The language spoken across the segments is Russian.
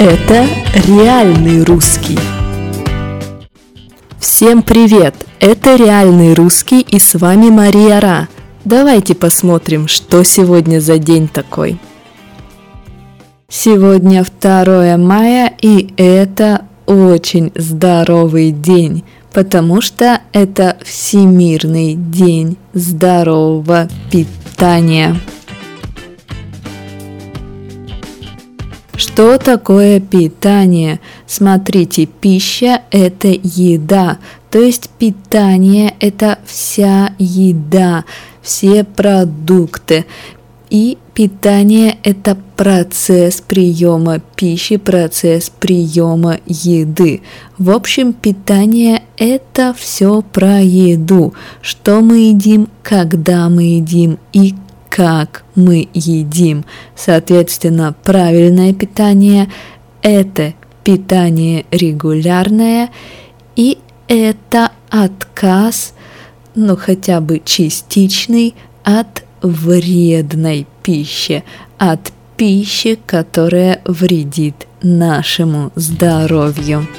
Это реальный русский. Всем привет! Это реальный русский, и с вами Мария Ра. Давайте посмотрим, что сегодня за день такой. Сегодня 2 мая, и это очень здоровый день, потому что это Всемирный день здорового питания. Что такое питание? Смотрите, пища – это еда, то есть питание – это вся еда, все продукты. И питание – это процесс приема пищи, процесс приема еды. В общем, питание – это все про еду, что мы едим, когда мы едим и как мы едим. Соответственно, правильное питание – это питание регулярное, и это отказ, хотя бы частичный, от вредной пищи, от пищи, которая вредит нашему здоровью.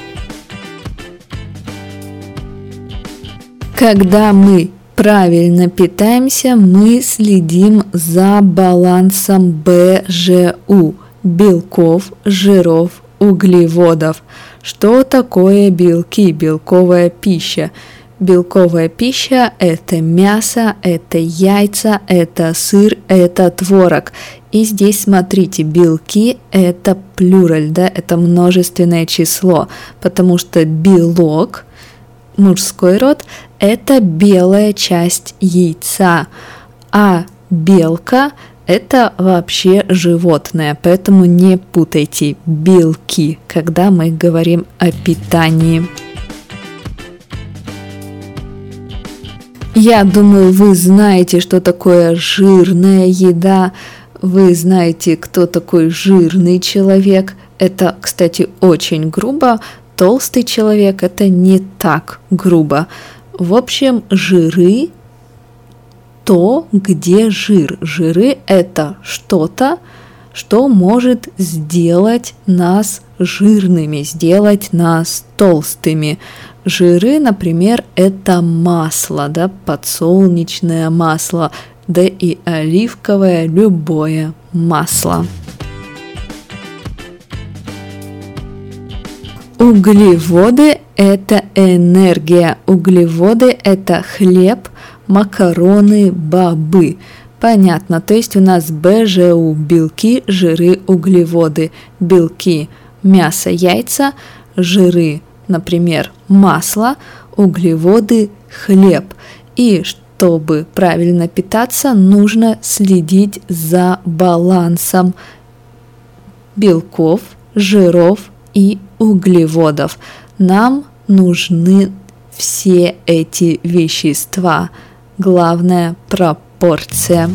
Когда мы правильно питаемся, мы следим за балансом БЖУ – белков, жиров, углеводов. Что такое белки, белковая пища? Белковая пища – это мясо, это яйца, это сыр, это творог. И здесь смотрите, белки – это плюраль, это множественное число, потому что белок, мужской род, это белая часть яйца, а белка – это вообще животное, поэтому не путайте белки, когда мы говорим о питании. Я думаю, вы знаете, что такое жирная еда, вы знаете, кто такой жирный человек. Это, кстати, очень грубо. Толстый человек – это не так грубо. В общем, жиры – то, где жир. Жиры – это что-то, что может сделать нас жирными, сделать нас толстыми. Жиры, например, это масло, подсолнечное масло, да и оливковое, любое масло. Углеводы – это энергия, углеводы – это хлеб, макароны, бобы. Понятно, то есть у нас БЖУ – белки, жиры, углеводы. Белки – мясо, яйца, жиры, например, масло, углеводы, хлеб. И чтобы правильно питаться, нужно следить за балансом белков, жиров и углеводов. Нам нужны все эти вещества. Главное – пропорция.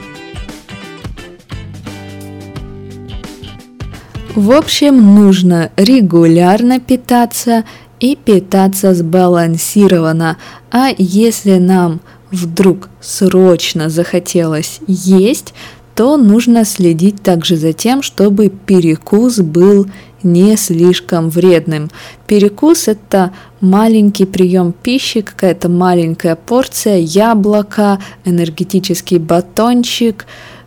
В общем, нужно регулярно питаться и питаться сбалансированно. А если нам вдруг срочно захотелось есть, то нужно следить также за тем, чтобы перекус был не слишком вредным. Перекус – это маленький прием пищи, какая-то маленькая порция, яблоко, энергетический батончик,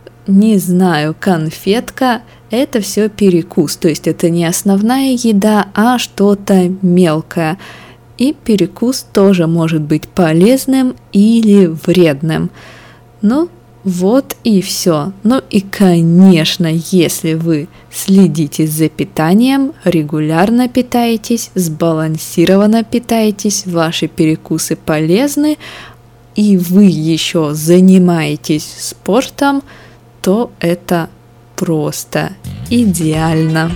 конфетка. Это все перекус, то есть это не основная еда, а что-то мелкое. И перекус тоже может быть полезным или вредным. Вот и все. И, конечно, если вы следите за питанием, регулярно питаетесь, сбалансированно питаетесь, ваши перекусы полезны, и вы еще занимаетесь спортом, то это просто идеально.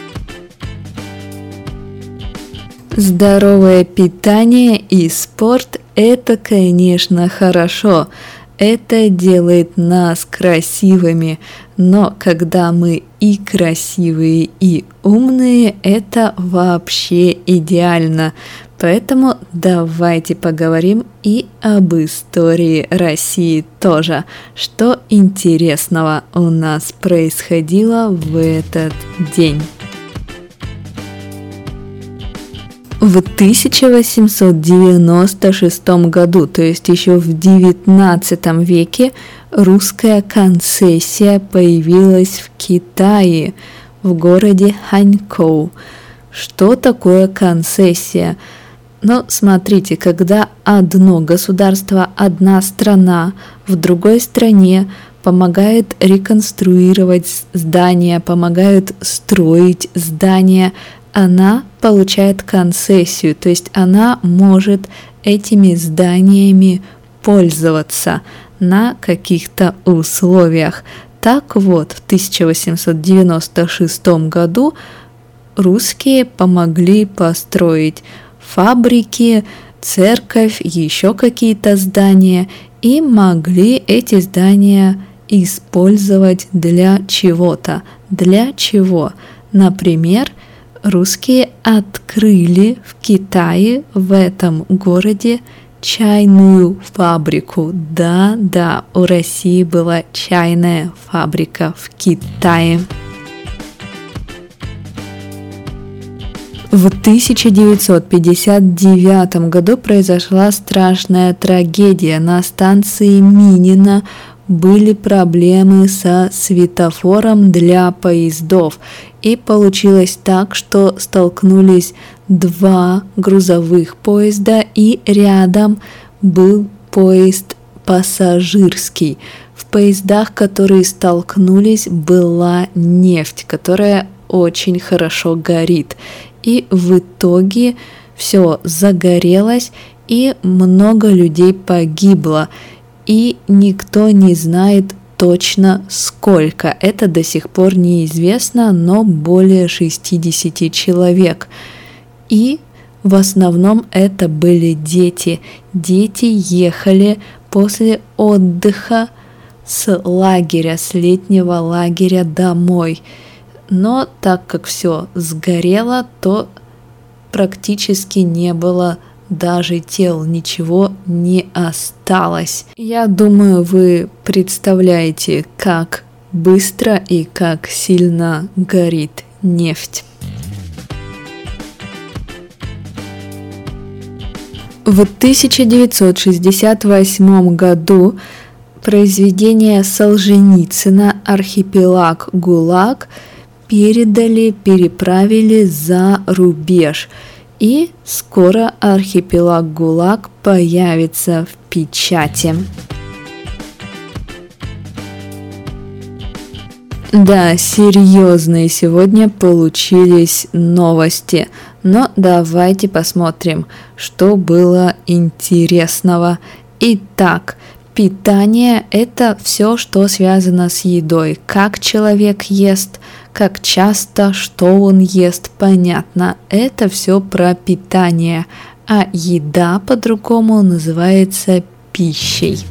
Здоровое питание и спорт – это, конечно, хорошо. Это делает нас красивыми, но когда мы и красивые, и умные, это вообще идеально. Поэтому давайте поговорим и об истории России тоже. Что интересного у нас происходило в этот день? В 1896 году, то есть еще в 19 веке, русская концессия появилась в Китае, в городе Ханькоу. Что такое концессия? Ну, смотрите, когда одно государство, одна страна в другой стране помогает реконструировать здания, помогает строить здания, она получает концессию, то есть она может этими зданиями пользоваться на каких-то условиях. Так вот, в 1896 году русские помогли построить фабрики, церковь, еще какие-то здания, и могли эти здания использовать для чего-то. Для чего? Например, русские открыли в Китае, в этом городе, чайную фабрику. Да, у России была чайная фабрика в Китае. В 1959 году произошла страшная трагедия. На станции Минина были проблемы со светофором для поездов. И получилось так, что столкнулись два грузовых поезда, и рядом был поезд пассажирский. В поездах, которые столкнулись, была нефть, которая очень хорошо горит. И в итоге все загорелось, и много людей погибло. И никто не знает точно сколько. Это до сих пор неизвестно, но более 60 человек. И в основном это были дети. Дети ехали после отдыха с лагеря, с летнего лагеря домой. Но так как все сгорело, то практически не было даже тел, ничего не осталось. Я думаю, вы представляете, как быстро и как сильно горит нефть. В 1968 году произведение Солженицына «Архипелаг ГУЛАГ» переправили за рубеж. И скоро «Архипелаг ГУЛАГ» появится в печати. Да, серьезные сегодня получились новости. Но давайте посмотрим, что было интересного. Итак, питание – это все, что связано с едой. Как человек ест, как часто, что он ест, понятно. Это все про питание. А еда по-другому называется пищей.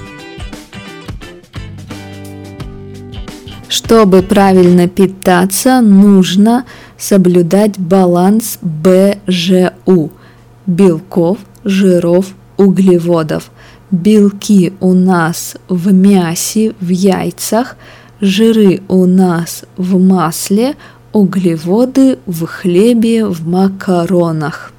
Чтобы правильно питаться, нужно соблюдать баланс БЖУ – белков, жиров, углеводов. Белки у нас в мясе, в яйцах, жиры у нас в масле, углеводы в хлебе, в макаронах.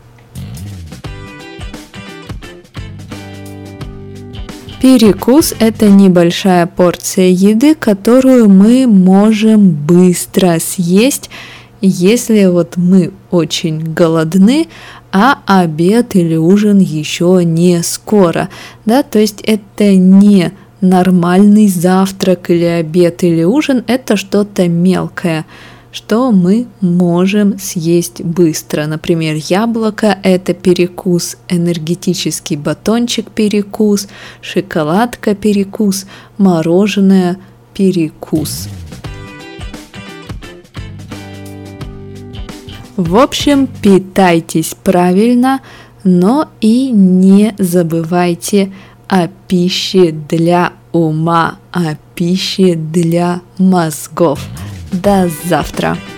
Перекус – это небольшая порция еды, которую мы можем быстро съесть, если вот мы очень голодны, а обед или ужин еще не скоро. Да? То есть это не нормальный завтрак или обед или ужин, это что-то мелкое, что мы можем съесть быстро. Например, яблоко – это перекус, энергетический батончик – перекус, шоколадка – перекус, мороженое – перекус. В общем, питайтесь правильно, но и не забывайте о пище для ума, о пище для мозгов. До завтра!